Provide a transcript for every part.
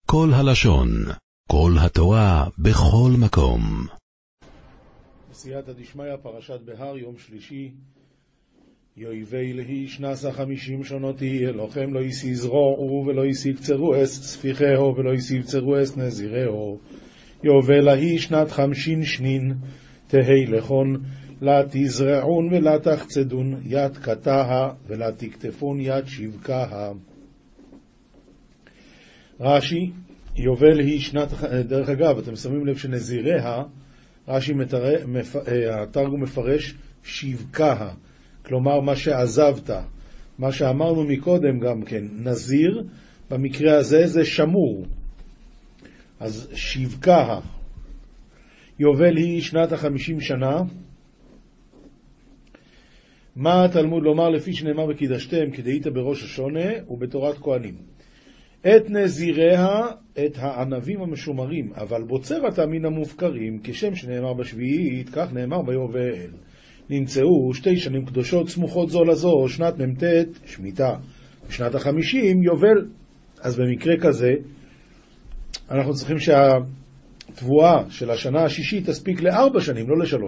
כל הלשון, כל התורה, בכל מקום. סייעתא דשמיא, פרשת בהר, יום שלישי. יויבי להי שנסה 50 שונות יהיה לכם, לא יסי זרועו ולא יסי קצרו אס ספיחהו ולא יסי קצרו אס נזירהו. יובל להי שנת 50 שנין תהי לכון, לה תזרעון ולה תחצדון יד קטעה ולה תקטפון יד שבקה. רש"י, יובל היא שנת, דרך אגב, אתם שמים לב שנזיריה, רש"י התרגום מפרש שבקה, כלומר מה שעזבת, מה שאמרנו מקודם גם כן, נזיר, במקרה הזה זה שמור, אז שבקה. יובל היא שנת 50 שנה. מה התלמוד לומר לפי שנאמר וקידשתם כדאית בראש השונה ובתורת כהנים? את נזיריה, את הענבים המשומרים, אבל בוצרתה מן המופקרים, כשם שנאמר בשביעית, כך נאמר ביובל. נמצאו 2 שנים קדושות סמוכות זו לזו, שנת מ"ט שמיטה, בשנת 50 יובל. אז במקרה כזה, אנחנו צריכים שהתבואה של השנה השישית תספיק ל4 שנים, לא ל3.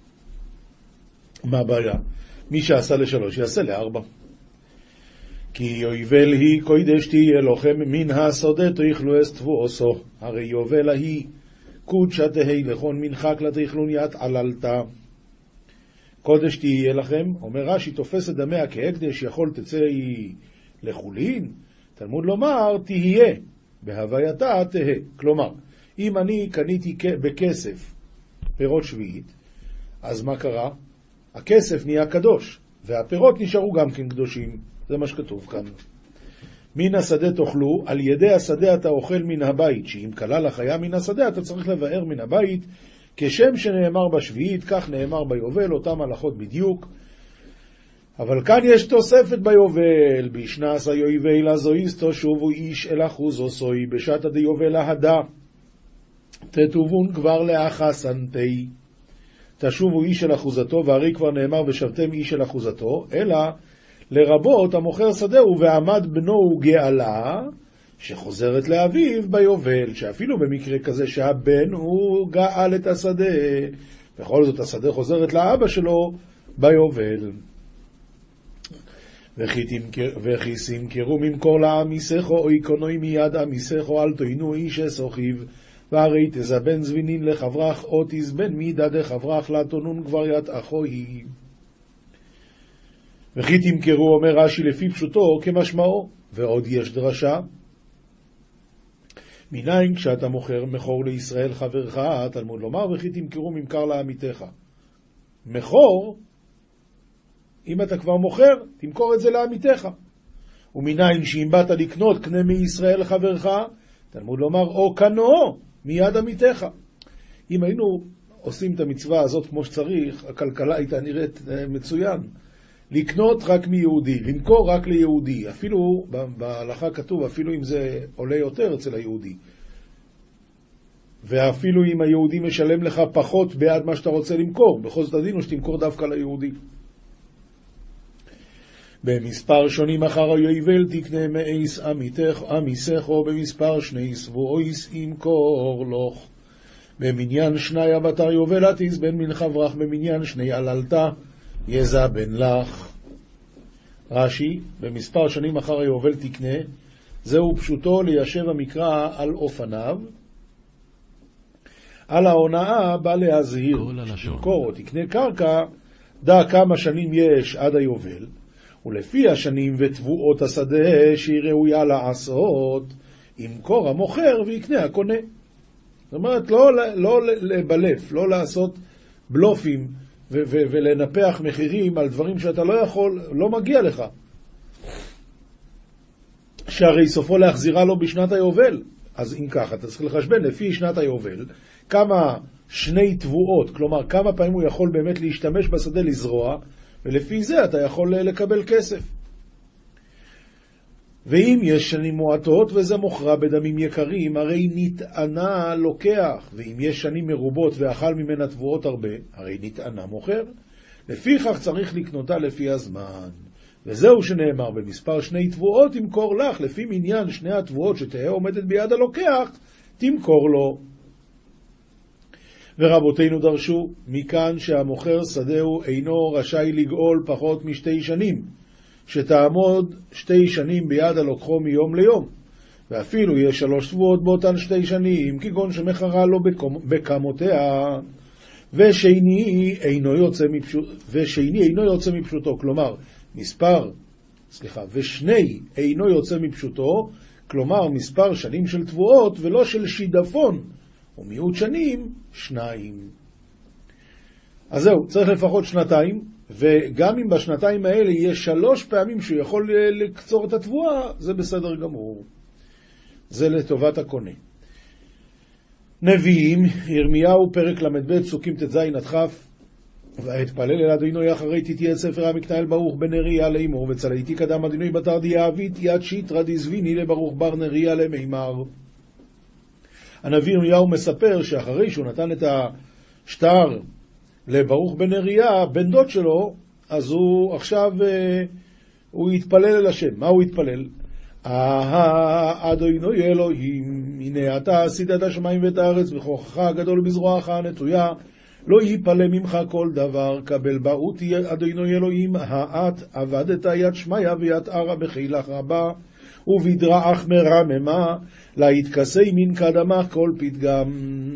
מה הבעיה? מי שעשה ל3 יעשה ל4. כי יובל היא קודש תהיה לכם מן הסודה תאכלו אס תבואסו, הרי יובל היא קודשא תהי לכון מנחק לתאכלון ית עללתה. קודש תהיה לכם, אומר רש"י, תופס את דמיה כהקדש, יכול תצא היא לחולין. תלמוד לומר תהיה, בהווייתה תהה. כלומר, אם אני קניתי בכסף פירות שביעית, אז מה קרה? הכסף נהיה קדוש, והפירות נשארו גם כן קדושים. זה מה שכתוב כאן. מן השדה תאכלו, על ידי השדה אתה אוכל מן הבית, שאם כלל החיה מן השדה אתה צריך לבאר מן הבית, כשם שנאמר בשביעית, כך נאמר ביובל, אותם הלכות בדיוק. אבל כאן יש תוספת ביובל, בשנס היובל הזויסטו שובו איש אל אחוזו סוי, בשעתא דיובל ההדה, תטובון כבר לאחסנתי, תשובו איש אל אחוזתו, והרי כבר נאמר ושבתם איש אל אחוזתו, אלא לרבות המוכר שדהו ועמד בנו וגאלה, שחוזרת לאביו ביובל, שאפילו במקרה כזה שהבן הוא גאל את השדה, בכל זאת השדה חוזרת לאבא שלו ביובל. וכי סמכרו ממקור לעמיסכו או איקונוי מיד עמיסכו אל תוינו איש אסוכיו, והרי תזבן זבינין לחברך או תזבן מידה דחברך לתונון כבר ית אחוי. וכי תמכרו, אומר רש"י לפי פשוטו כמשמעו. ועוד יש דרשה, מניין כשאתה מוכר מכור לישראל חברך, תלמוד לומר וכי תמכרו ממכר לעמיתך. מכור, אם אתה כבר מוכר, תמכור את זה לעמיתך. ומניין שאם באת לקנות קנה מישראל חברך, תלמוד לומר או קנו מיד עמיתך. אם היינו עושים את המצווה הזאת כמו שצריך, הכלכלה הייתה נראית מצוין. לקנות רק מיהודי, למכור רק ליהודי, אפילו בהלכה כתוב, אפילו אם זה עולה יותר אצל היהודי, ואפילו אם היהודי משלם לך פחות בעד מה שאתה רוצה למכור, בכל זאת הדין הוא שתמכור דווקא ליהודי. במספר שונים אחר היובל תקנה מאיס עמיסך, או במספר 2 שבועיס ימכור לך. במניין 2 אבטר יובל תזבן מן חברך, במניין 2 עללתה יזבן לך. רש"י, במספר שנים אחר היובל תקנה, זהו פשוטו ליישב המקרא על אופניו. על ההונאה בא להזהיר, שתמכור או תקנה קרקע, דע כמה שנים יש עד היובל, ולפי השנים ותבואות השדה שהיא ראויה לעשות, ימכור המוכר ויקנה הקונה. זאת אומרת, לא לבלף, לא לעשות בלופים, ולנפח מחירים על דברים שאתה לא יכול, לא מגיע לך. שהרי סופו להחזירה לו בשנת היובל. אז אם ככה, אתה צריך לחשבן לפי שנת היובל, כמה 2 תבואות, כלומר כמה פעמים הוא יכול באמת להשתמש בשדה לזרוע, ולפי זה אתה יכול לקבל כסף. ואם יש שנים מועטות וזה מוכרה בדמים יקרים, הרי נטענה לוקח, ואם יש שנים מרובות ואכל ממנה תבואות הרבה, הרי נטענה מוכר. לפיכך צריך לקנותה לפי הזמן, וזהו שנאמר, במספר 2 תבואות תמכור לך, לפי מניין 2 התבואות שתהא עומדת ביד הלוקח, תמכור לו. ורבותינו דרשו, מכאן שהמוכר שדהו אינו רשאי לגאול פחות מ2 שנים, שתעמוד 2 שנים ביד הלוקחו מיום ליום, ואפילו יש 3 תבואות באותן 2 שנים, כגון שמחרה לו בקמותיה, ושני אינו יוצא מפשוטו, כלומר, ושני אינו יוצא מפשוטו, כלומר מספר שנים של תבואות ולא של שידפון, ומיעוט שנים 2. אז זהו, צריך לפחות 2, וגם אם בשנתיים האלה יש 3 פעמים שהוא יכול לקצור את התבואה, זה בסדר גמור. זה לטובת הקונה. נביאים, ירמיהו פרק ל"ב פסוקים ט"ז עד כ', ואתפלל אל אדוני אחרי תתיה את ספר המקנה אל ברוך בן נריה לאמור, וצלעתי קדם אדוני בתר דיאבית יד שיטרא דזביני לברוך בר נריה למימר. הנביא ירמיהו מספר שאחרי שהוא נתן את השטר לברוך בן נריה, בן דוד שלו, אז הוא עכשיו הוא יתפלל אל השם. מה הוא יתפלל? אדוני אלוהים, הנה אתה עשית את השמיים ואת הארץ בכוחך הגדול בזרועך הנטויה, לא ייפלא ממך כל דבר, קבל באותי אדוני אלוהים, האט עבדת יד שמיה ויד ערה בחילך רבה, ובדרעך מרממה, לה יתכסי מן קדמך כל פתגם.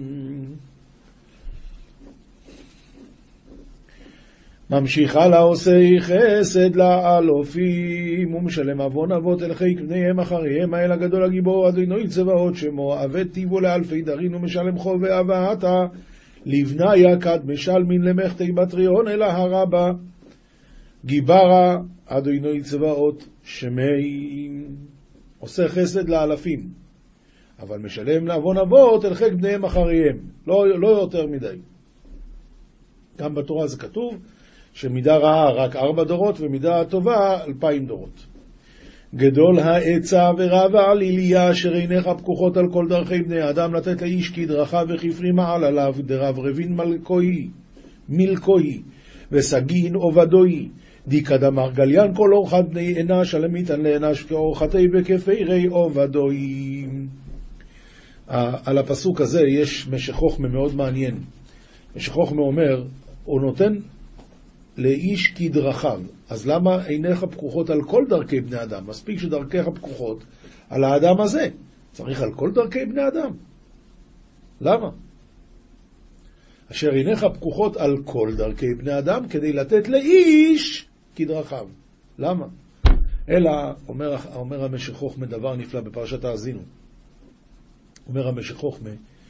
ממשיכה לעושי חסד לאלופים, ומשלם עוון אבות אל חיק בניהם אחריהם, האל הגדול הגיבור אדוני צבאות שמו, עבד טיבו לאלפי דרין ומשלם חוב ואהבתה, לבנה יקד משלמין למחתי בטריון אל הרבה, גיברה אדוני צבאות שמי. עושה חסד לאלפים, אבל משלם לעוון אבות אל חיק בניהם אחריהם, לא יותר מדי. גם בתורה זה כתוב שמידה רעה רק 4 דורות ומידה טובה 2,000 דורות. גדול העצה ורב העליליה אשר עיניך פקוחות על כל דרכי בני אדם, לתת לאיש כדרכיו וכפרי מעל עליו, דרב רבין מלכוהי וסגין עובדוי, דיקד אמר גליין כל אורחת בני אנש, על המיתן לאנש כאורחתי בכפרי עובדוי. על הפסוק הזה יש משך חוכמה מאוד מעניין. משך חוכמה אומר, הוא נותן לאיש כדרכיו. אז למה עיניך פקוחות על כל דרכי בני אדם? מספיק שדרכיך פקוחות על האדם הזה. צריך על כל דרכי בני אדם. למה? אשר עיניך פקוחות על כל דרכי בני אדם, כדי לתת לאיש כדרכיו. למה? אלא, אומר המשך חוכמה דבר נפלא בפרשת האזינו. אומר המשך חוכמה,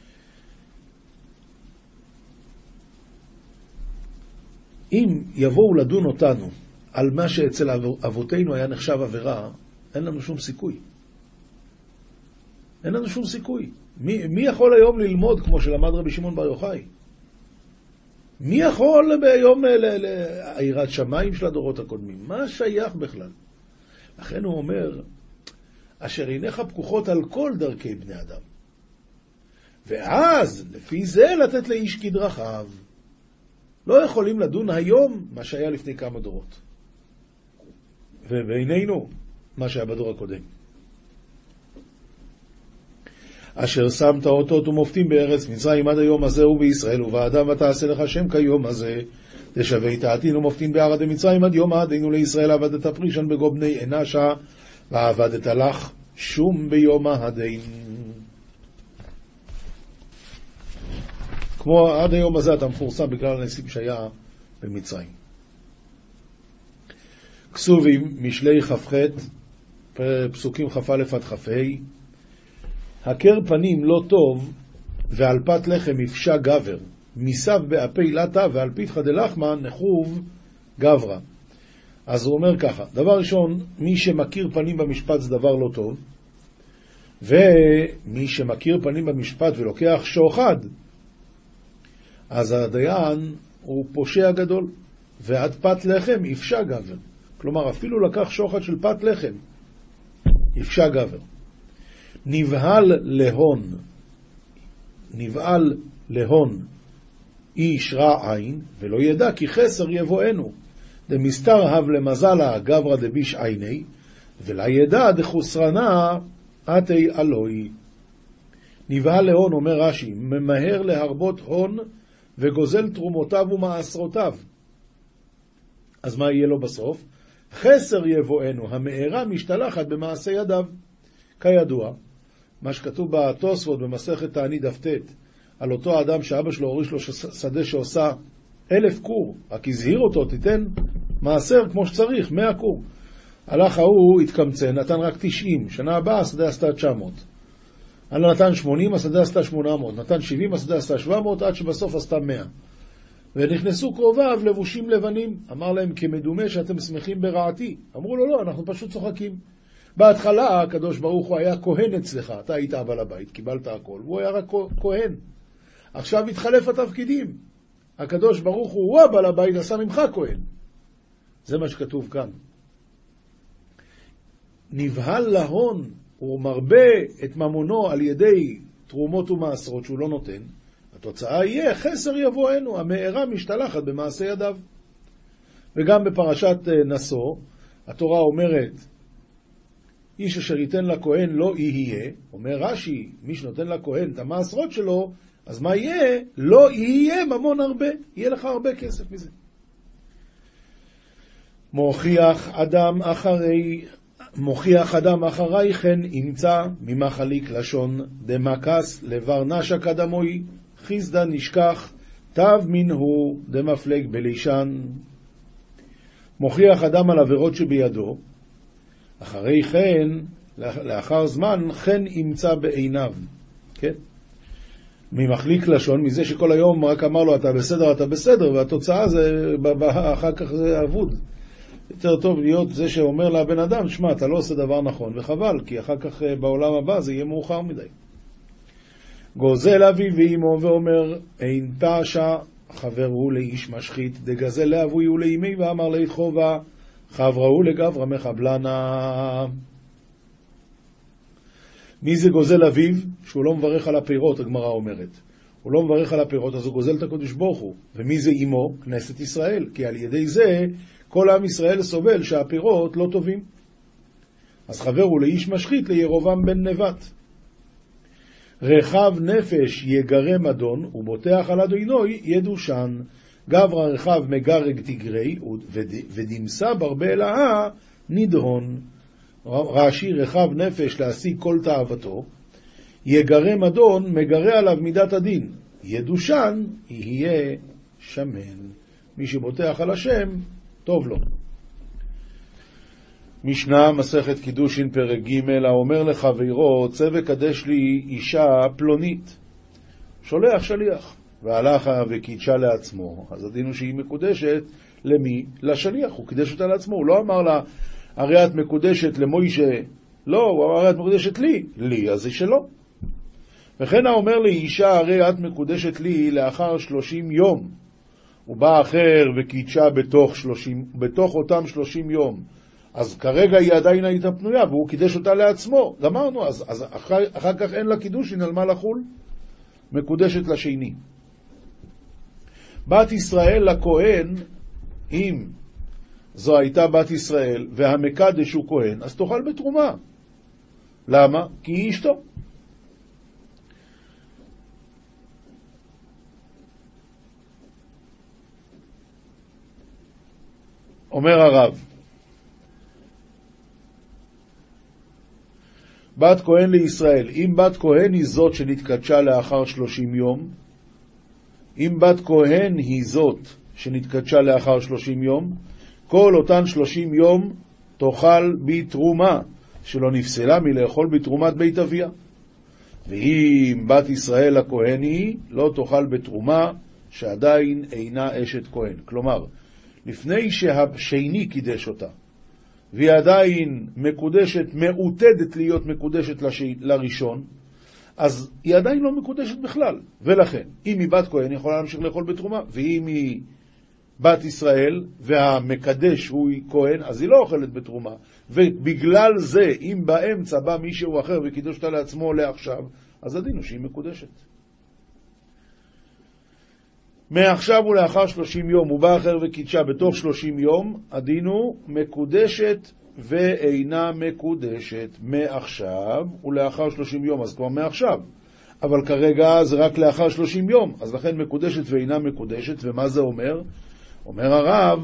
אם יבואו לדון אותנו על מה שאצל אבותינו היה נחשב עבירה, אין לנו שום סיכוי. אין לנו שום סיכוי. מי יכול היום ללמוד כמו שלמד רבי שמעון בר יוחאי? מי יכול ביום ליראת שמיים של הדורות הקודמים? מה שייך בכלל? לכן הוא אומר, אשר עיניך פקוחות על כל דרכי בני אדם. ואז, לפי זה, לתת לאיש כדרכיו. לא יכולים לדון היום מה שהיה לפני כמה דורות. ובינינו, מה שהיה בדור הקודם. אשר שמת אותות ומופתים בארץ מצרים עד היום הזה ובישראל, ובאדם ותעשה לך שם כיום הזה, תשווה תעתין ומופתים בארץ מצרים עד יום עדינו לישראל, עבדת פרישן בגו בני אנשה, ועבדת לך שום ביום הדין. כמו עד היום הזה אתה מפורסם בגלל הניסים שהיה במצרים. כסובים, משלי כ"ח, פסוקים כ"א עד כ"ה, הכר פנים לא טוב, ועל פת לחם יפשע גבר, מסב באפי לטה, ועל פיתחא דלחמא נחוב גברה. אז הוא אומר ככה, דבר ראשון, מי שמכיר פנים במשפט זה דבר לא טוב, ומי שמכיר פנים במשפט ולוקח שוחד, אז הדיין הוא פושע גדול, ועד פת לחם יפשע גבר. כלומר, אפילו לקח שוחד של פת לחם, יפשע גבר. נבעל להון איש רע עין, ולא ידע כי חסר יבואנו. דמסתר הב למזלה גברא דביש עיני, ולידע דחוסרנה עתי אלוהי. נבהל להון, אומר רש"י, ממהר להרבות הון וגוזל תרומותיו ומעשרותיו. אז מה יהיה לו בסוף? חסר יבואנו, המארה משתלחת במעשה ידיו. כידוע, מה שכתוב בתוספות במסכת תענית דף ט' על אותו אדם שאבא שלו הוריש לו שדה שעושה 1000 קור, רק הזהיר אותו, תיתן מעשר כמו שצריך, 100 קור. הלך ההוא, התקמצן, נתן רק 90, שנה הבאה השדה עשתה 900. נתן 80, השדה עשתה 800, נתן 70, השדה עשתה 700, עד שבסוף עשתה 100. ונכנסו קרוביו לבושים לבנים. אמר להם, כמדומה שאתם שמחים ברעתי. אמרו לו, לא, אנחנו פשוט צוחקים. בהתחלה הקדוש ברוך הוא היה כהן אצלך, אתה היית הבעל הבית, קיבלת הכל, והוא היה רק כהן. עכשיו התחלף התפקידים. הקדוש ברוך הוא הבעל הבית, עשה ממך כהן. זה מה שכתוב כאן. נבהל להון, הוא מרבה את ממונו על ידי תרומות ומעשרות שהוא לא נותן. התוצאה יהיה חסר יבואנו, המארה משתלחת במעשה ידיו. וגם בפרשת נשוא, התורה אומרת, איש אשר ייתן לכהן לא יהיה, אומר רש"י, מי שנותן לכהן את המעשרות שלו, אז מה יהיה? לא יהיה ממון הרבה, יהיה לך הרבה כסף מזה. מוכיח אדם אחרי כן ימצא ממחליק לשון דמקס לבר נשה קדמוי חיסדה נשכח תו מנהו דמפלג בלישן. מוכיח אדם על עבירות שבידו, אחרי כן, לאחר זמן, כן ימצא בעיניו. כן? ממחליק לשון, מזה שכל היום רק אמר לו אתה בסדר, והתוצאה זה, אחר כך זה אבוד. יותר טוב להיות זה שאומר לבן אדם, שמע, אתה לא עושה דבר נכון, וחבל, כי אחר כך בעולם הבא זה יהיה מאוחר מדי. גוזל אבי ואימו ואומר, אין פשע, חבר הוא לאיש משחית, דגזל לאבוי ולאימי, ואמר לית חובה, חברהו לגברא מחבלנה. מי זה גוזל אביו? שהוא לא מברך על הפירות, הגמרא אומרת. הוא לא מברך על הפירות, אז הוא גוזל את הקדוש ברוך הוא. ומי זה אימו? כנסת ישראל. כי על ידי זה כל עם ישראל סובל שהפירות לא טובים. אז חבר הוא לאיש משחית לירובעם בן נבט. רחב נפש יגרם אדון, ובוטח על אדוני ידושן. גברא רחב מגרג תגרי, ודמסה ברבה אלאה נדהון. רש"י, רחב נפש להשיג כל תאוותו, יגרם אדון, מגרה עליו מידת הדין. ידושן, יהיה שמן. מי שבוטח על השם, טוב לו. משנה, מסכת קידושין פרק ג', האומר לחברו, צא וקדש לי אישה פלונית. שולח שליח. והלך וקידשה לעצמו. אז הדין הוא שהיא מקודשת למי? לשליח. הוא קידש אותה לעצמו. הוא לא אמר לה, הרי את מקודשת למוישה. לא, הוא אמר, הרי את מקודשת לי, אז זה שלו. וכן האומר לאישה, הרי את מקודשת לי לאחר 30 יום. הוא בא אחר וקידשה בתוך אותם 30 יום. אז כרגע היא עדיין הייתה פנויה, והוא קידש אותה לעצמו. גמרנו, אז אחר כך אין לה קידושין על מה לחול. מקודשת לשני. בת ישראל לכהן, אם זו הייתה בת ישראל והמקדש הוא כהן, אז תאכל בתרומה. למה? כי היא אשתו. אומר הרב, בת כהן לישראל, אם בת כהן היא זאת שנתקדשה לאחר 30 יום, אם בת כהן היא זאת שנתקדשה לאחר 30 יום, כל אותן 30 יום תאכל בתרומה, שלא נפסלה מלאכול בתרומת בית אביה. ואם בת ישראל הכהן היא, לא תאכל בתרומה שעדיין אינה אשת כהן. כלומר, לפני שהשני קידש אותה, והיא עדיין מקודשת, מעוטדת להיות מקודשת לראשון, אז היא עדיין לא מקודשת בכלל. ולכן, אם היא בת כהן, היא יכולה להמשיך לאכול בתרומה, ואם היא בת ישראל, והמקדש הוא כהן, אז היא לא אוכלת בתרומה. ובגלל זה, אם באמצע בא מישהו אחר וקידש אותה לעצמו לעכשיו, אז הדין הוא שהיא מקודשת. מעכשיו ולאחר 30 יום, הוא בא אחר וקידשה בתוך 30 יום, הדין הוא מקודשת ואינה מקודשת מעכשיו ולאחר 30 יום, אז כבר מעכשיו. אבל כרגע זה רק לאחר 30 יום, אז לכן מקודשת ואינה מקודשת, ומה זה אומר? אומר הרב,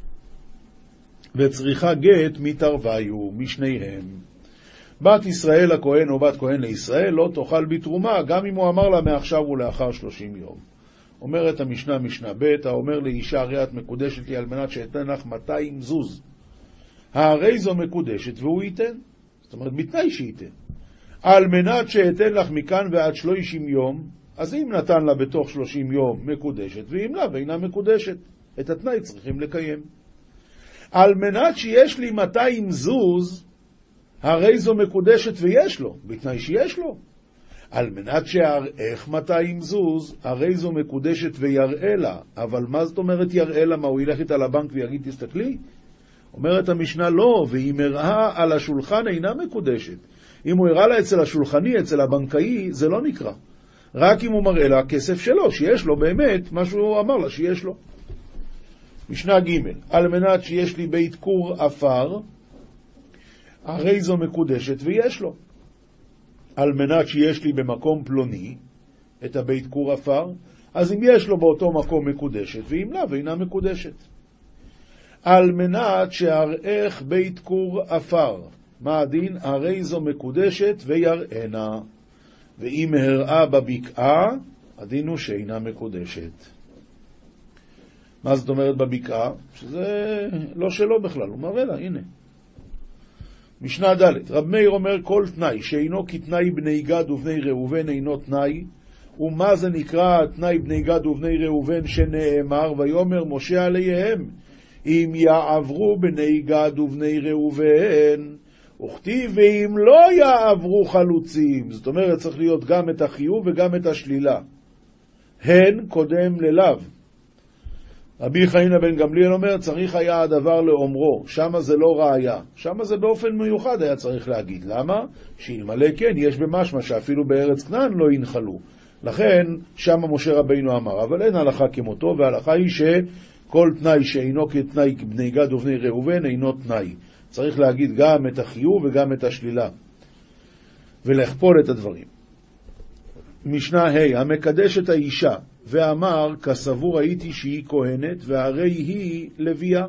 וצריכה גט מתערוויו, משניהם. בת ישראל הכהן או בת כהן לישראל לא תאכל בתרומה, גם אם הוא אמר לה מעכשיו ולאחר 30 יום. אומרת המשנה, משנה ב', האומר לאישה, הרי את מקודשת לי על מנת שאתן לך 200 זוז. הרי זו מקודשת והוא ייתן. זאת אומרת, בתנאי שייתן. על מנת שאתן לך מכאן ועד 30 יום, אז אם נתן לה בתוך 30 יום מקודשת, ואם לה ואינה מקודשת, את התנאי צריכים לקיים. על מנת שיש לי 200 זוז, הרי זו מקודשת ויש לו, בתנאי שיש לו. על מנת שיראך 200 זוז, הרי זו מקודשת ויראה לה. אבל מה זאת אומרת יראה לה? מה, הוא ילך איתה לבנק ויגיד תסתכלי? אומרת המשנה לא, ואם הראה על השולחן אינה מקודשת. אם הוא הראה לה אצל השולחני, אצל הבנקאי, זה לא נקרא. רק אם הוא מראה לה כסף שלו, שיש לו באמת, מה שהוא אמר לה שיש לו. משנה ג', על מנת שיש לי בית כור אפר, הרי זו מקודשת ויש לו. על מנת שיש לי במקום פלוני את הבית כור אפר, אז אם יש לו באותו מקום מקודשת, ואם לה ואינה מקודשת. על מנת שהראך בית כור אפר, מה הדין? הרי זו מקודשת ויראנה. ואם הראה בבקעה, הדין הוא שאינה מקודשת. מה זאת אומרת בבקעה? שזה לא שלו בכלל, הוא מראה לה, הנה. משנה ד', רב מאיר אומר כל תנאי שאינו כתנאי בני גד ובני ראובן אינו תנאי, ומה זה נקרא תנאי בני גד ובני ראובן שנאמר ויאמר משה עליהם אם יעברו בני גד ובני ראובן, וכתיב ואם לא יעברו חלוצים. זאת אומרת צריך להיות גם את החיוב וגם את השלילה, הן קודם ללאו. רבי חנינא בן גמליאל אומר צריך היה הדבר לאומרו, שמה זה לא ראיה, שמה זה באופן מיוחד היה צריך להגיד. למה? שאלמלא כן יש במשמע שאפילו בארץ כנען לא ינחלו, לכן שמה משה רבינו אמר. אבל אין הלכה כמותו, וההלכה היא שכל תנאי שאינו כתנאי בני גד ובני ראובן אינו תנאי. צריך להגיד גם את החיוב וגם את השלילה ולכפול את הדברים. משנה ה' המקדש את האישה ואמר כסבור הייתי שהיא כהנת והרי היא לוויה,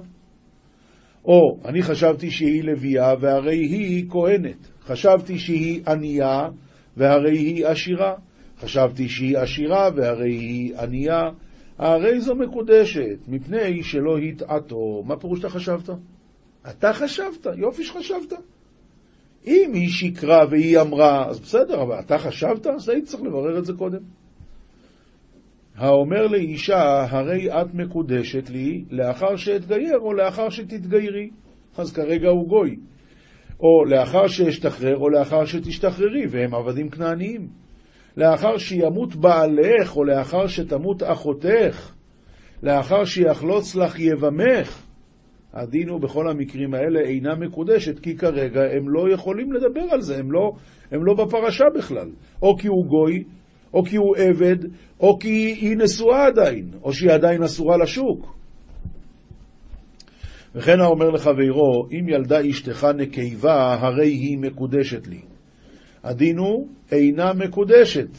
או אני חשבתי שהיא לוויה והרי היא כהנת, חשבתי שהיא ענייה והרי היא עשירה, חשבתי שהיא עשירה והרי היא ענייה, הרי זו מקודשת מפני שלא התעתו. מה פירוש אתה חשבת? אתה חשבת, יופי שחשבת. אם היא שקרה והיא אמרה, אז בסדר, אבל אתה חשבת, אז היית צריך לברר את זה קודם. האומר לאישה, הרי את מקודשת לי לאחר שאתגייר או לאחר שתתגיירי. אז כרגע הוא גוי. או לאחר שאשתחרר או לאחר שתשתחררי, והם עבדים כנעניים. לאחר שימות בעלך או לאחר שתמות אחותך, לאחר שיחלוץ לך יבמך. הדין הוא בכל המקרים האלה אינה מקודשת, כי כרגע הם לא יכולים לדבר על זה, הם לא בפרשה בכלל. או כי הוא גוי, או כי הוא עבד, או כי היא נשואה עדיין, או שהיא עדיין אסורה לשוק. וכן האומר לחברו, אם ילדה אשתך נקבה, הרי היא מקודשת לי. הדין הוא אינה מקודשת.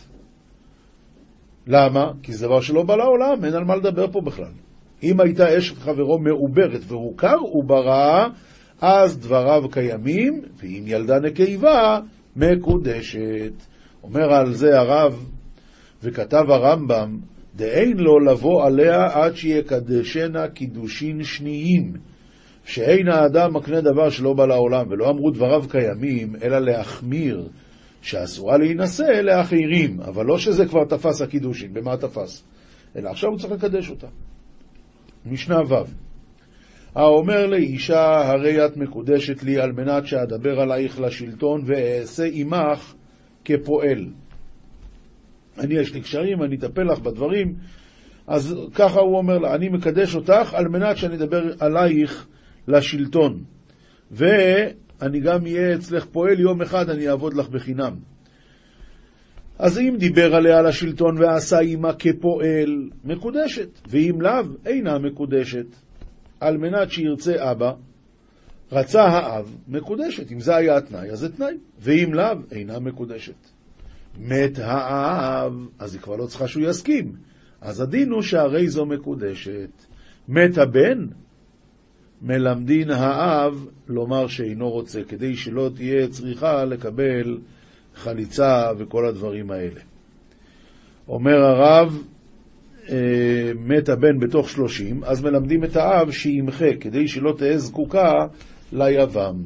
למה? כי זה דבר שלא בא לעולם, אין על מה לדבר פה בכלל. אם הייתה אשת חברו מעוברת והוכר עוברה, אז דבריו קיימים, ואם ילדה נקבה, מקודשת. אומר על זה הרב, וכתב הרמב"ם, דאין לו לבוא עליה עד שיקדשנה קידושין שניים, שאין האדם מקנה דבר שלא בא לעולם, ולא אמרו דבריו קיימים, אלא להחמיר, שאסורה להינשא לאחרים, אבל לא שזה כבר תפס הקידושין. במה תפס? אלא עכשיו הוא צריך לקדש אותה. משנה ו' האומר לאישה, הרי את מקודשת לי על מנת שאדבר עלייך לשלטון ואעשה עמך כפועל. יש לי קשרים, אני אטפל לך בדברים. אז ככה הוא אומר לה, אני מקדש אותך על מנת שאני אדבר עלייך לשלטון, ואני גם אהיה אצלך פועל, יום אחד אני אעבוד לך בחינם. אז אם דיבר עליה לשלטון ועשה עמה כפועל, מקודשת, ואם לאו, אינה מקודשת. על מנת שירצה אבא, רצה האב, מקודשת. אם זה היה התנאי, אז זה תנאי. ואם לאו, אינה מקודשת. מת האב, אז היא כבר לא צריכה שהוא יסכים. אז הדין הוא שהרי זו מקודשת. מת הבן, מלמדין האב לומר שאינו רוצה, כדי שלא תהיה צריכה לקבל חליצה וכל הדברים האלה. אומר הרב, מת הבן בתוך 30, אז מלמדים את האב שימחה, כדי שלא תהיה זקוקה ליבם.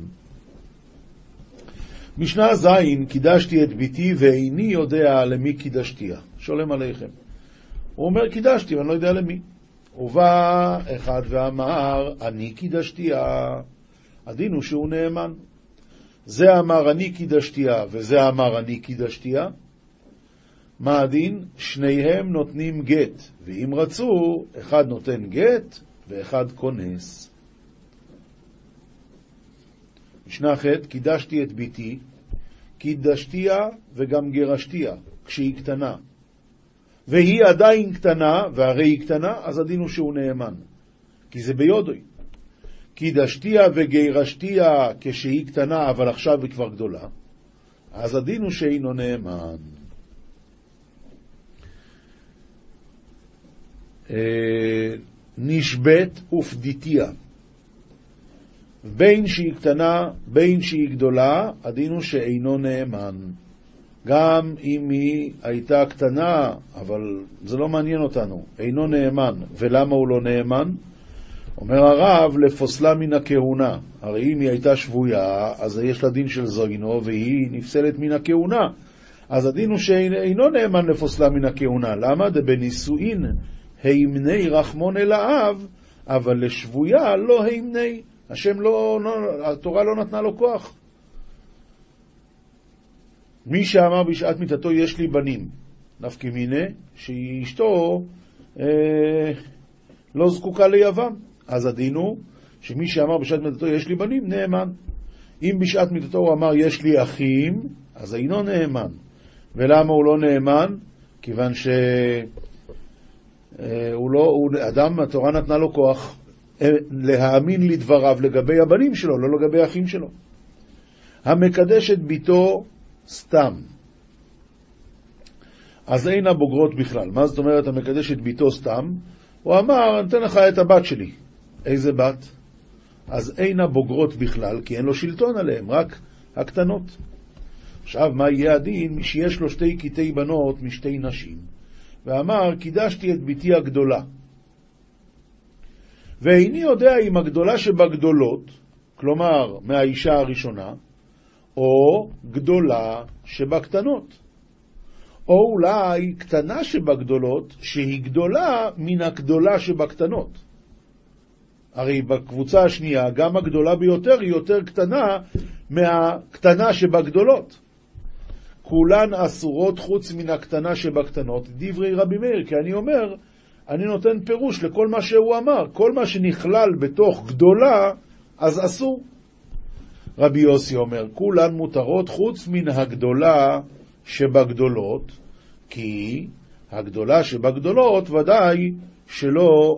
משנה זין, קידשתי את ביתי ואיני יודע למי קידשתיה. שולם עליכם. הוא אומר קידשתי ואני לא יודע למי. ובא אחד ואמר אני קידשתיה. הדין הוא שהוא נאמן. זה אמר אני קידשתיה וזה אמר אני קידשתיה. מה הדין? שניהם נותנים גט, ואם רצו, אחד נותן גט ואחד כונס. משנה ח' קידשתי את ביתי, קידשתיה וגם גרשתיה, כשהיא קטנה. והיא עדיין קטנה, והרי היא קטנה, אז הדין הוא שהוא נאמן. כי זה ביודוי. קידשתיה וגרשתיה כשהיא קטנה, אבל עכשיו היא כבר גדולה, אז הדין הוא שאינו נאמן. נשבט ופדיתיה. בין שהיא קטנה, בין שהיא גדולה, הדין הוא שאינו נאמן. גם אם היא הייתה קטנה, אבל זה לא מעניין אותנו, אינו נאמן. ולמה הוא לא נאמן? אומר הרב, לפוסלה מן הכהונה. הרי אם היא הייתה שבויה, אז יש לה דין של זוינו, והיא נפסלת מן הכהונה. אז הדין הוא שאינו נאמן לפוסלה מן הכהונה. למה? בנישואין הימני רחמון אל האב, אבל לשבויה לא הימני. השם התורה לא נתנה לו כוח. מי שאמר בשעת מיתתו יש לי בנים, נפקא מינה שאשתו לא זקוקה ליבם, אז הדין הוא שמי שאמר בשעת מיתתו יש לי בנים נאמן. אם בשעת מיתתו הוא אמר יש לי אחים, אז אינו נאמן. ולמה הוא לא נאמן? כיוון אדם, התורה נתנה לו כוח להאמין לדבריו לגבי הבנים שלו, לא לגבי האחים שלו. המקדש את ביתו סתם, אז אין הבוגרות בכלל. מה זאת אומרת המקדש את ביתו סתם? הוא אמר, אני אתן לך את הבת שלי. איזה בת? אז אין הבוגרות בכלל, כי אין לו שלטון עליהם, רק הקטנות. עכשיו, מה יהיה הדין? מי שיש לו 2 קטעי בנות משתי נשים, ואמר, קידשתי את ביתי הגדולה. ואיני יודע אם הגדולה שבגדולות, כלומר מהאישה הראשונה, או גדולה שבקטנות. או אולי קטנה שבגדולות, שהיא גדולה מן הגדולה שבקטנות. הרי בקבוצה השנייה, גם הגדולה ביותר היא יותר קטנה מהקטנה שבגדולות. כולן אסורות חוץ מן הקטנה שבקטנות. דברי רבי מאיר, כי אני אומר, אני נותן פירוש לכל מה שהוא אמר. כל מה שנכלל בתוך גדולה, אז אסור. רבי יוסי אומר, כולן מותרות חוץ מן הגדולה שבגדולות, כי הגדולה שבגדולות ודאי שלא,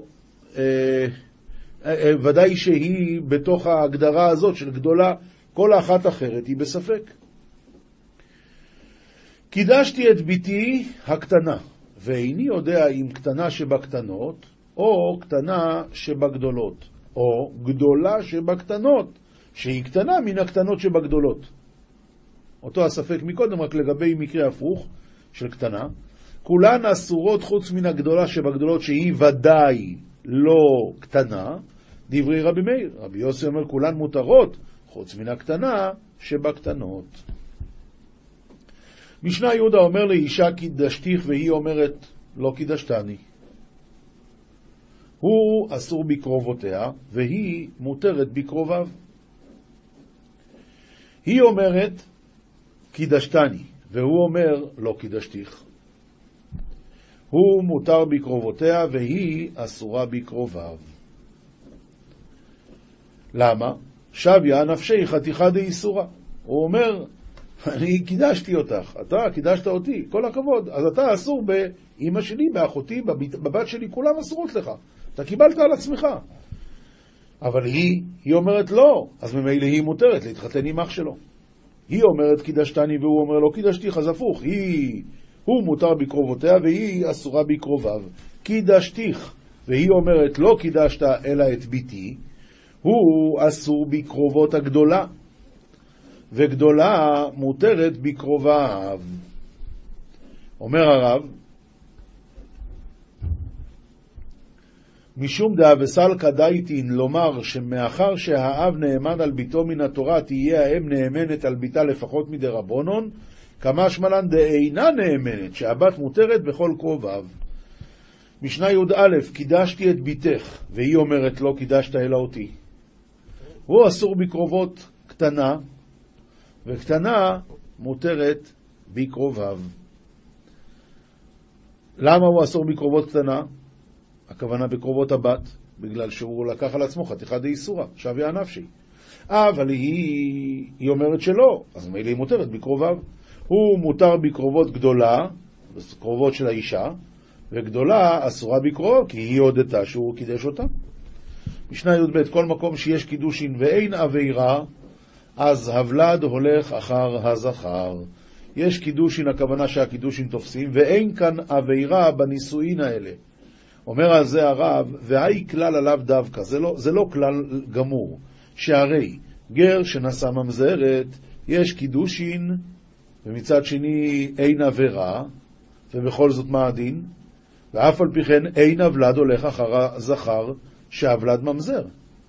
ודאי שהיא בתוך ההגדרה הזאת של גדולה, כל אחת אחרת היא בספק. קידשתי את ביתי הקטנה, ואיני יודע אם קטנה שבקטנות, או קטנה שבגדולות, או גדולה שבקטנות, שהיא קטנה מן הקטנות שבגדולות. אותו הספק מקודם, רק לגבי מקרה הפוך של קטנה. כולן אסורות חוץ מן הגדולה שבגדולות, שהיא ודאי לא קטנה. דברי רבי מאיר, רבי יוסי אומר, כולן מותרות חוץ מן הקטנה שבקטנות. משנה יהודה אומר לאישה קידשתיך, והיא אומרת לא קידשתני. הוא אסור בקרובותיה, והיא מותרת בקרוביו. היא אומרת קידשתני, והוא אומר לא קידשתיך. הוא מותר בקרובותיה, והיא אסורה בקרוביו. למה? שביה נפשי חתיכה דאיסורה. הוא אומר, אני קידשתי אותך, אתה קידשת אותי, כל הכבוד. אז אתה אסור באמא שלי, באחותי, בבת שלי, כולם אסורות לך. אתה קיבלת על עצמך. אבל היא אומרת לא, אז ממילא היא מותרת להתחתן עם אח שלו. היא אומרת קידשתני והוא אומר לא קידשתיך, אז הפוך. הוא מותר בקרובותיה והיא אסורה בקרוביו. קידשתיך, והיא אומרת לא קידשת אלא את ביתי, הוא אסור בקרובות הגדולה, וגדולה מותרת בקרוביו. אומר הרב, משום דאבסלקא דייטין, לומר שמאחר שהאב נאמן על ביתו מן התורה, תהיה האם נאמנת על ביתה לפחות מדרבנן, כמשמע לן דאינה נאמנת, שהבת מותרת בכל קרוביו. משנה י"א, קידשתי את ביתך, והיא אומרת לא קידשת אלא אותי. הוא אסור בקרובות קטנה, וקטנה מותרת בקרוביו. למה הוא אסור בקרובות קטנה? הכוונה בקרובות הבת, בגלל שהוא לקח על עצמו חתיכה דאיסורא, שוויה נפשי. אבל היא אומרת שלא, אז מילא היא מותרת בקרוביו. הוא מותר בקרובות גדולה, בקרובות של האישה, וגדולה אסורה בקרוב, כי היא הודתה שהוא קידש אותה. משנה י"ב, כל מקום שיש קידושין ואין עבירה, אז הוולד הולך אחר הזכר. יש קידושין, הכוונה שהקידושין תופסים, ואין כאן עבירה בנישואין האלה. אומר על זה הרב, והי כלל עליו דווקא, זה לא כלל גמור, שהרי גר שנשא ממזרת, יש קידושין, ומצד שני אין עבירה, ובכל זאת מה הדין? ואף על פי כן אין הוולד הולך אחר הזכר שהוולד ממזר,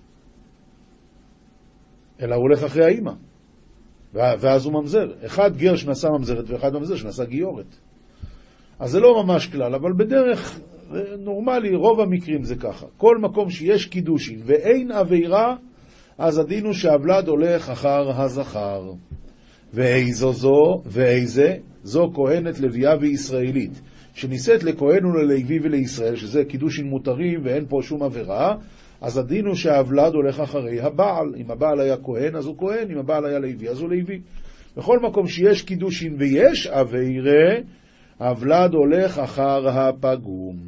אלא הוא הולך אחרי האמא, ואז הוא ממזר. אחד גר שנשא ממזרת ואחד ממזר שנשא גיורת. אז זה לא ממש כלל, אבל בדרך נורמלי רוב המקרים זה ככה. כל מקום שיש קידושין ואין עבירה, אז הדין הוא שהוולד הולך אחר הזכר. ואיזו זו ואיזה זו כהנת לוויה וישראלית, שניסית לכהן וללוי ולישראל, שזה קידושין מותרים ואין פה שום עבירה, אז הדין הוא שהוולד הולך אחרי הבעל. אם הבעל היה כהן אז הוא כהן, אם הבעל היה לוי אז הוא לוי. בכל מקום שיש קידושין ויש עבירה, הוולד הולך אחר הפגום.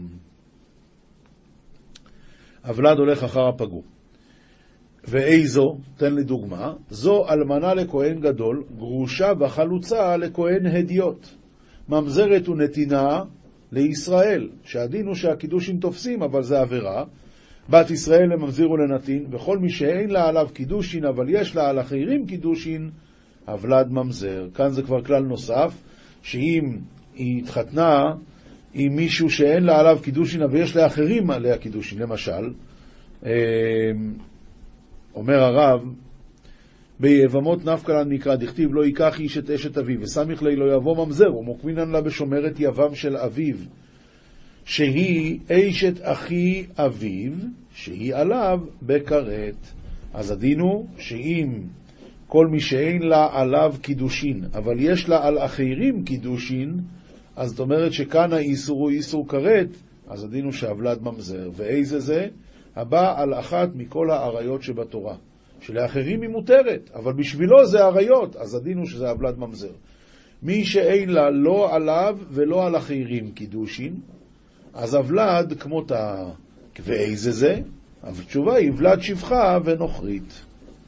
הוולד הולך אחר הפגום. ואיזו, תן לי דוגמה, זו אלמנה לכהן גדול, גרושה וחלוצה לכהן הדיוט. ממזרת ונתינה לישראל, שהדין הוא שהקידושין תופסים, אבל זה עבירה. בת ישראל לממזיר ולנתין, וכל מי שאין לה עליו קידושין, אבל יש לה על אחרים קידושין, הוולד ממזר. כאן זה כבר כלל נוסף, שאם היא התחתנה עם מישהו שאין לה עליו קידושין, אבל יש לאחרים עליה קידושין, למשל, אומר הרב, ביבמות נפקא לן מקרא דכתיב לא ייקח איש את אשת אביו וסמיך לי לא יבוא ממזר, ומוקמינן לה בשומרת יבם של אביו, שהיא אשת אחי אביו, שהיא עליו בכרת. אז הדין הוא שאם כל מי שאין לה עליו קידושין, אבל יש לה על אחרים קידושין, אז זאת אומרת שכאן האיסור הוא איסור כרת, אז הדין הוא שהוולד ממזר. ואיזה זה? הבא על אחת מכל העריות שבתורה, שלאחרים היא מותרת, אבל בשבילו זה עריות, אז הדין הוא שזה הוולד ממזר. מי שאין לה לא עליו ולא על אחרים קידושין, אז הוולד כמותה. ואיזה זה? אבל תשובה היא ולד שפחה ונוכרית.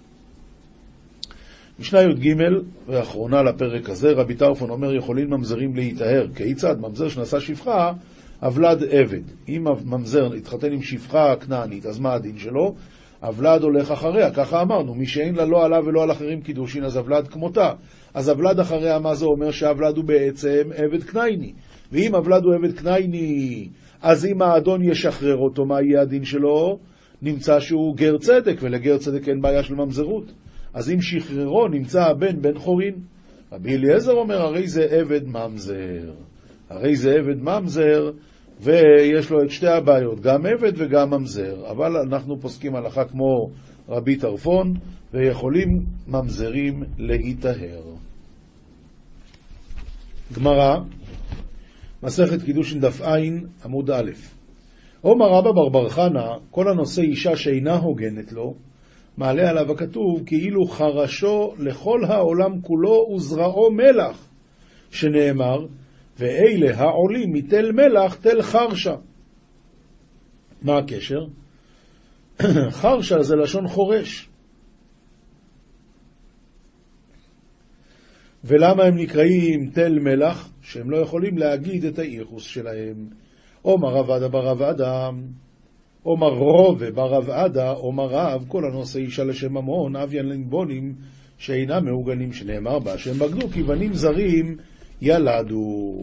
משנה י"ג ואחרונה לפרק הזה, רבי טרפון אומר יכולים ממזרים להיטהר. כיצד? ממזר שנשא שפחה, הוולד עבד. אם ממזר התחתן עם שפחה כנענית, אז מה הדין שלו? הוולד הולך אחריה, ככה אמרנו, מי שאין לה לא עליו ולא על אחרים קידושין, אז הוולד כמותה. אז הוולד אחריה, מה זה אומר? שהוולד הוא בעצם עבד כנעני. ואם הוולד הוא עבד כנעני, אז אם האדון ישחרר אותו, מה יהיה הדין שלו? נמצא שהוא גר צדק, ולגר צדק אין בעיה של ממזרות. אז אם שחררו נמצא הבן בן חורין. רבי אליעזר אומר, הרי זה עבד ממזר. הרי זה עבד ממזר, ויש לו את שתי הבעיות, גם עבד וגם ממזר. אבל אנחנו פוסקים הלכה כמו רבי טרפון, ויכולים ממזרים להיטהר. גמרא, מסכת קידושין דף עין, עמוד א'. אומר רבא בר בר חנא, כל הנושא אישה שאינה הוגנת לו, מעלה עליו הכתוב כאילו חרשו לכל העולם כולו וזרעו מלח, שנאמר ואלה העולים מתל מלח תל חרשה. מה הקשר? חרשה זה לשון חורש. ולמה הם נקראים תל מלח? שהם לא יכולים להגיד את הייחוס שלהם. אומר רב עדה ברב עדה, אומר רובה ברב עדה, אומר רב, כל הנושא אישה לשם ממון, אביין לנבונים שאינם מעוגנים, שנאמר בה, שהם בגדו כי בנים זרים ילדו.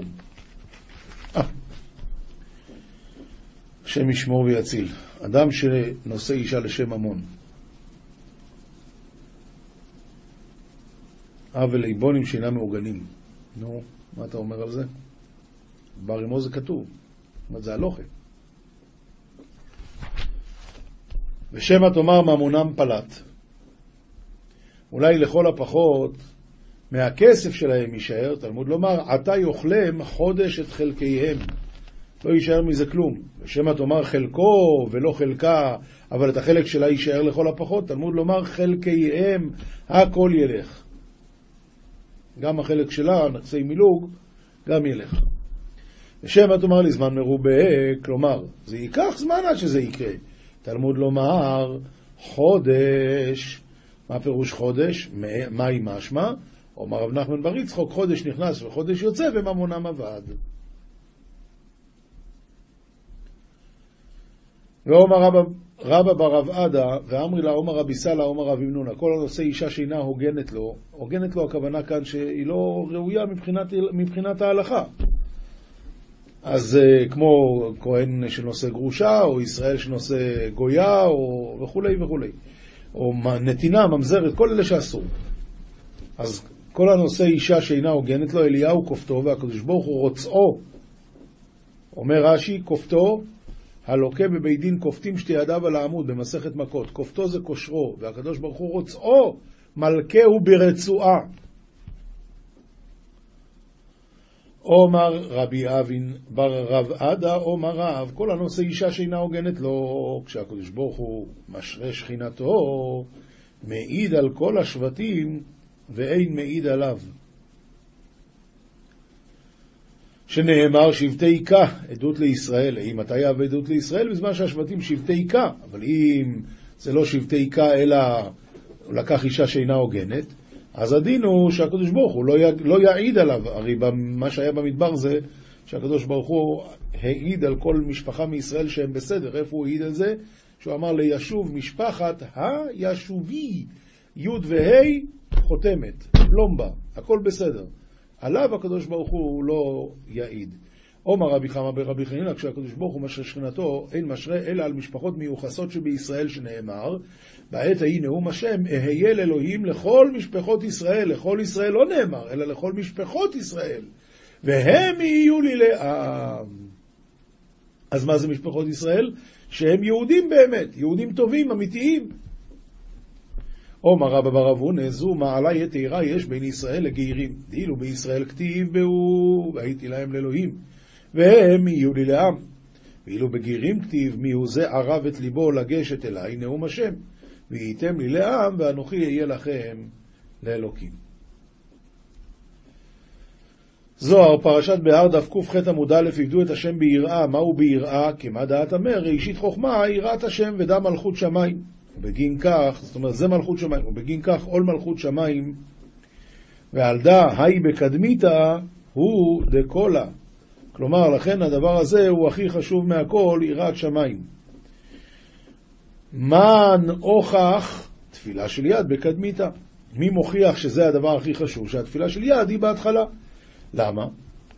השם ישמור ויציל. אדם שנושא אישה לשם ממון. ולבונים שאינם מעוגנים. נו, מה אתה אומר על זה? ברימו זה כתוב. מה זה הלוכה? ושמה תאמר ממונם פלט. אולי לכל הפחות מהכסף שלהם יישאר, תלמוד לומר, עתה יאכלם חודש את חלקיהם. לא יישאר מזה כלום. ושמה תאמר חלקו ולא חלקה, אבל את החלק שלה יישאר לכל הפחות. תלמוד לומר חלקיהם, הכל ילך. גם החלק שלה, נכסי מילוג, גם ילך. ושמה תאמר לי זמן מרובה, כלומר, זה ייקח זמן עד שזה יקרה. תלמוד לומר חודש. מה פירוש חודש? מהי משמע? אומר רב נחמן בר יצחק, חודש נכנס וחודש יוצא וממונם עבד. ואומר רבא ברב עדה, ואמרי לה אומר רבי סלה, אומר רבי מנונה, כל הנושא אישה שאינה הוגנת לו, הוגנת לו הכוונה כאן שהיא לא ראויה מבחינת ההלכה. אז כמו כהן שנושא גרושה, או ישראל שנושא גויה, או וכולי וכולי. או נתינה, ממזרת, כל אלה שאסור. אז כל הנושא אישה שאינה הוגנת לו, אליהו כופתו, והקדוש ברוך הוא רוצאו. אומר רש"י, כופתו, הלוקה בבית דין כופתים שתי ידיו על העמוד במסכת מכות. כופתו זה כושרו, והקדוש ברוך הוא רוצאו, מלכהו ברצועה. אומר רבי אבין בר רב עדה, אומר רב, כל הנושא אישה שאינה הוגנת לו, כשהקדוש ברוך הוא משרה שכינתו, מעיד על כל השבטים ואין מעיד עליו. שנאמר שבטי איכה, עדות לישראל. אם אתה יהיה עדות לישראל בזמן שהשבטים שבטי איכה, אבל אם זה לא שבטי איכה אלא הוא לקח אישה שאינה הוגנת, אז הדין הוא שהקדוש ברוך הוא לא יעיד עליו. הרי מה שהיה במדבר זה שהקדוש ברוך הוא העיד על כל משפחה מישראל שהם בסדר. איפה הוא העיד על זה? שהוא אמר לישוב משפחת הישובי, י' וה' חותמת, פלומבה, הכל בסדר. עליו הקדוש ברוך הוא לא יעיד. אומר רבי חמא ברבי חנינא, כשהקדוש ברוך הוא משרה שכינתו, אין משרה אלא על משפחות מיוחסות שבישראל, שנאמר בעת ההיא נאום השם אהיה לאלוהים לכל משפחות ישראל. לכל ישראל לא נאמר אלא לכל משפחות ישראל, והם יהיו לי לעם. אז מה זה משפחות ישראל? שהם יהודים באמת, יהודים טובים, אמיתיים. אומר רבא בר אבונה, זו מעלה יתירה יש בין ישראל לגיירים. דאילו בישראל כתיב בהו והייתי להם לאלוהים והם יהיו לי לעם. ואילו בגיירים כתיב מיהו זה ערב את ליבו לגשת אליי נאום השם, והייתם לי לעם ואנוכי אהיה לכם לאלוקים. זוהר פרשת בהר דף ק"ח עמוד א', עבדו את השם ביראה. מהו ביראה? כמה דעת אמר, ראשית חוכמה יראת השם ודה מלכות שמיים. ובגין כך, זאת אומרת זה מלכות שמיים, ובגין כך עול מלכות שמיים, ועל דה היי בקדמיתה הוא דקולה. כלומר לכן הדבר הזה הוא הכי חשוב מהכל, יראת שמיים. מן הוכח תפילה של יד בקדמיתה. מי מוכיח שזה הדבר הכי חשוב, שהתפילה של יד היא בהתחלה? למה?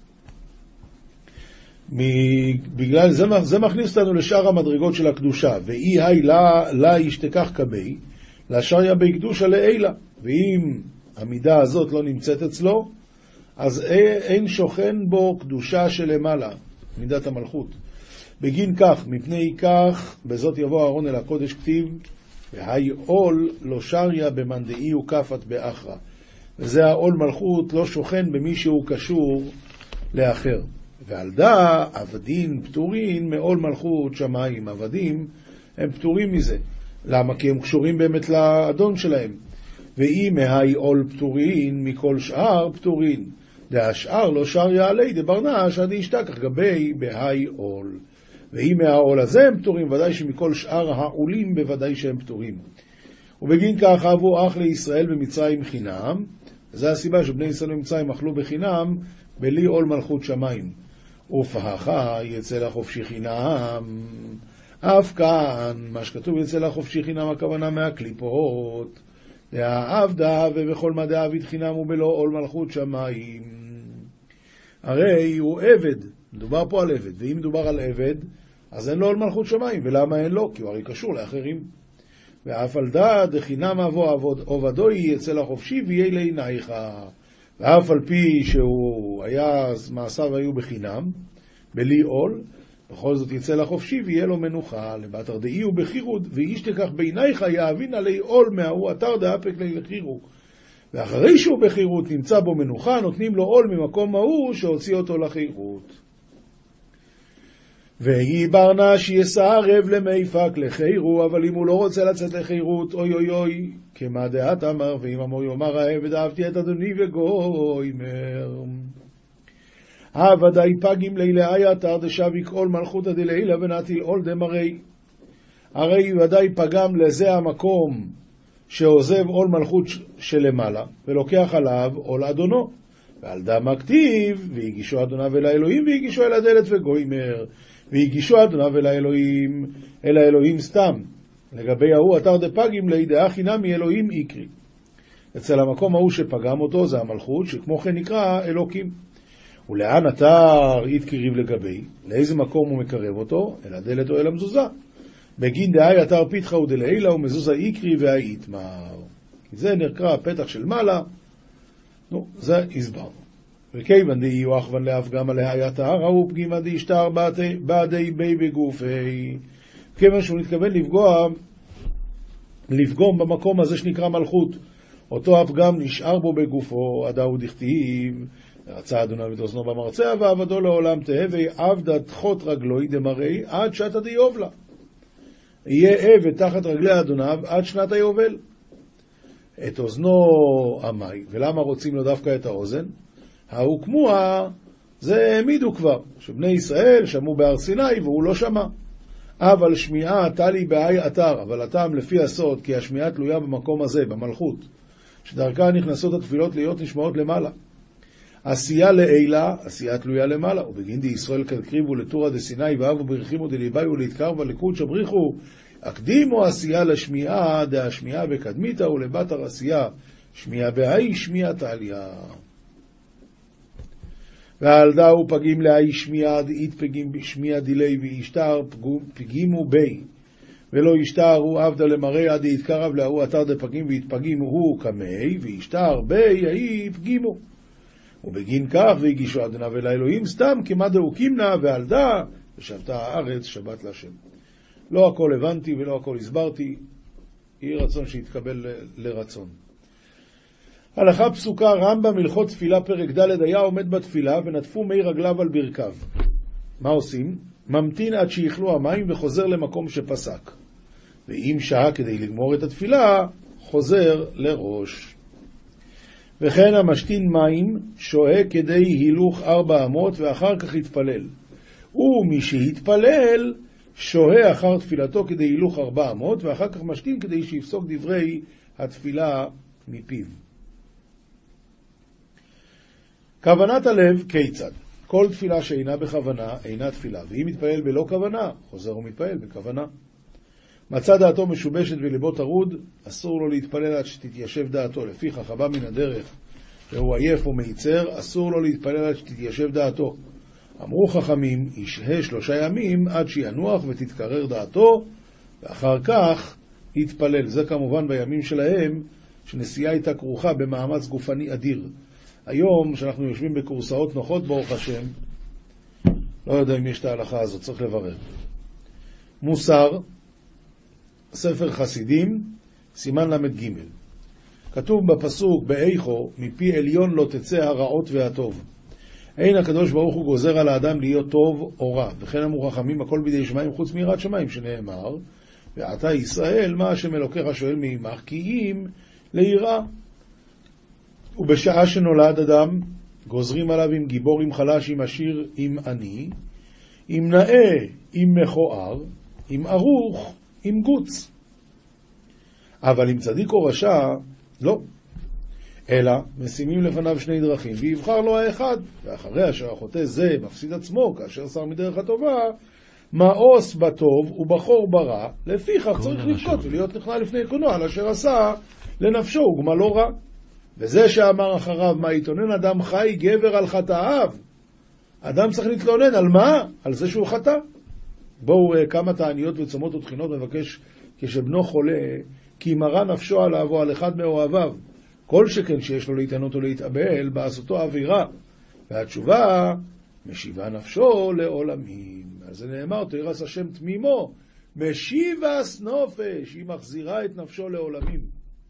בגלל זה מכניס אותנו לשאר המדרגות של הקדושה. ואי היי לה ישתכח כבי לשריה בקדושה לעילה. ואם המידה הזאת לא נמצאת אצלו, אז אין שוכן בו קדושה שלמעלה, מידת המלכות. בגין כך, מפני כך, בזאת יבוא אהרון אל הקודש כתיב, והי עול לא שריה במנדאי וקפת באחרה. וזה העול מלכות לא שוכן במי שהוא קשור לאחר. ועל דה עבדים פטורין מעול מלכות שמיים. עבדים הם פטורים מזה. למה? כי הם קשורים באמת לאדון שלהם. ואם מהי עול פטורין מכל שאר פטורין, והשאר לא שר יעלי דברנש עד ישתכח גבי בהי עול. ואם מהעול הזה הם פטורים, ודאי שמכל שאר העולים בוודאי שהם פטורים. ובגין כך אבו אך לישראל במצרים חינם, זו הסיבה שבני ישראל במצרים אכלו בחינם בלי עול מלכות שמיים. ופהכה יצא לחופשי חינם. אף כאן, מה שכתוב יצא לחופשי חינם, הכוונה מהקליפות. דעבדה ובכל מדע עביד חינם ובלא עול מלכות שמיים. הרי הוא עבד, מדובר פה על עבד, ואם מדובר על עבד, אז אין לו עול מלכות שמיים. ולמה אין לו? כי הוא הרי קשור לאחרים. ואף על דעת דחינם אבו עובדו יצא לחופשי ויהיה לעינייך. ואף על פי שהוא היה, מעשיו היו בחינם, בלי עול, בכל זאת יצא לחופשי ויהיה לו מנוחה. לבטר דאי הוא בחירות, ואיש תקח בעינייך יאבין עלי עול מההוא אתר דאפק לי לחירו. ואחרי שהוא בחירות נמצא בו מנוחה, נותנים לו עול ממקום ההוא שהוציא אותו לחירות. והיא ברנש יסערב למיפק לחירו, אבל אם הוא לא רוצה לצאת לחירות, אוי אוי אוי, כמה דעת אמר, ואם אמור יאמר העבד אהבתי את אדוני וגוימר. ודאי פגים לילה אתר דשביק עול מלכותא דלילה ונטיל עול דמרי. הרי ודאי פגם לזה המקום שעוזב עול מלכות שלמעלה, ולוקח עליו עול אדונו. ועל דם הכתיב, והגישו אדוניו אל האלוהים, והגישו אל הדלת וגוימר. והגישו אדוניו אל האלוהים סתם. לגבי ההוא אתר דפגים לידעה חינם מאלוהים איקרי. אצל המקום ההוא שפגם אותו זה המלכות, שכמו כן נקרא אלוקים. ולאן אתר יתקריב לגבי? לאיזה מקום הוא מקרב אותו? אל הדלת או אל המזוזה. בגין דהי אתר פיתחה ודלילה ומזוזה איקרי והאיתמר. זה נקרא הפתח של מעלה. זה הסברנו. וכיוון די יואחוון להפגם עליה יתר, ראו פגימה די שטר בעדי בי בגופי. כיוון שהוא נתכוון לפגום במקום הזה שנקרא מלכות. אותו הפגם נשאר בו בגופו, עדהו דכתיב, רצה אדוניו את אוזנו במרצע, ועבדו לעולם תהווה עבדה תחות רגלוי דמרי עד שעת הדיובל. יהיה עבד תחת רגלי אדוניו עד שנת היובל. את אוזנו עמי. ולמה רוצים לו דווקא את האוזן? ההוקמוה זה העמידו כבר, שבני ישראל שמעו בהר סיני והוא לא שמע. אבל שמיעה תלי בהי אתר, אבל הטעם לפי הסוד, כי השמיעה תלויה במקום הזה, במלכות, שדרכה נכנסות התפילות להיות נשמעות למעלה. עשייה לעילה, עשייה תלויה למעלה, ובגין די ישראל קריבו לתורה דסיני ואבו ברחימו דליבאיו להתקרבה לקודש הבריחו, הקדימו עשייה לשמיעה, דהשמיעה בקדמיתה ולבטר עשייה, שמיעה בהי שמיעה תליה. ועל דאו פגים להי שמיעה דאית פגים בשמיעה דילי וישתר פגימו בי, ולא ישתרו עבדה למראה עד יתקרב להוא אתר דפגים ויתפגימו הוא כמי, וישתר בי ההיא פגימו. ובגין כך והגישו אדוניו אל האלוהים סתם כמה דאוקים נא ועל דא ושבתה הארץ שבת להשם. לא הכל הבנתי ולא הכל הסברתי, יהי רצון שיתקבל לרצון. הלכה פסוקה, רמב"ם הלכות תפילה פרק ד', היה עומד בתפילה ונטפו מי רגליו על ברכיו. מה עושים? ממתין עד שיכלו המים וחוזר למקום שפסק. ואם שעה כדי לגמור את התפילה, חוזר לראש. וכן המשתין מים שוהה כדי הילוך 400 ואחר כך יתפלל. ומי שהתפלל שוהה אחר תפילתו כדי הילוך 400 ואחר כך משתין כדי שיפסוק דברי התפילה מפיו. כוונת הלב כיצד? כל תפילה שאינה בכוונה אינה תפילה, ואם מתפלל בלא כוונה, חוזר ומתפלל בכוונה. מצא דעתו משובשת ולבו טרוד, אסור לו להתפלל עד שתתיישב דעתו. לפיכך הבא מן הדרך והוא עייף ומייצר, אסור לו להתפלל עד שתתיישב דעתו. אמרו חכמים, ישהה 3 ימים עד שינוח ותתקרר דעתו, ואחר כך יתפלל. זה כמובן בימים שלהם, שנסיעה הייתה כרוכה במאמץ גופני אדיר. היום, שאנחנו יושבים בקורסאות נוחות ברוך השם, לא יודע אם יש את ההלכה הזאת, צריך לברר. מוסר, ספר חסידים, סימן למד ג' כתוב בפסוק באיכו, מפי עליון לא תצא הרעות והטוב. אין הקדוש ברוך הוא גוזר על האדם להיות טוב או רע, וכן אמרו חכמים הכל בידי שמיים חוץ מיראת שמיים, שנאמר ואתה ישראל, מה השם אלוקיך שואל מעמך, כי אם ליראה. ובשעה שנולד אדם, גוזרים עליו עם גיבור, עם חלש, עם עשיר, עם עני, עם נאה, עם מכוער, עם ערוך, עם גוץ. אבל עם צדיק או רשע, לא. אלא משימים לפניו שני דרכים, ויבחר לו האחד, ואחרי אשר החוטא זה מפסיד עצמו, כאשר שר מדרך הטובה, מאוס בטוב ובחור ברע, לפיכך צריך לבכות ולהיות נכנע לפני קונו, על אשר עשה לנפשו וגמלו רע. וזה שאמר אחריו, מה יתלונן אדם חי גבר על חטאיו? אדם צריך להתלונן על מה? על זה שהוא חטא. בואו כמה תעניות וצומות ותחינות מבקש כשבנו חולה, כי מרה נפשו עליו או על אחד מאוהביו. כל שכן שיש לו להתענות או להתאבל, בעשותו עבירה. והתשובה, משיבה נפשו לעולמים. אז זה נאמר, תירס השם תמימו, משיבס נופש, היא מחזירה את נפשו לעולמים.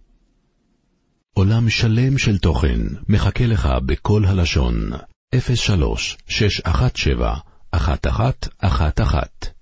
עולם שלם של תוכן מחכה לך בכל הלשון. 03-617-1111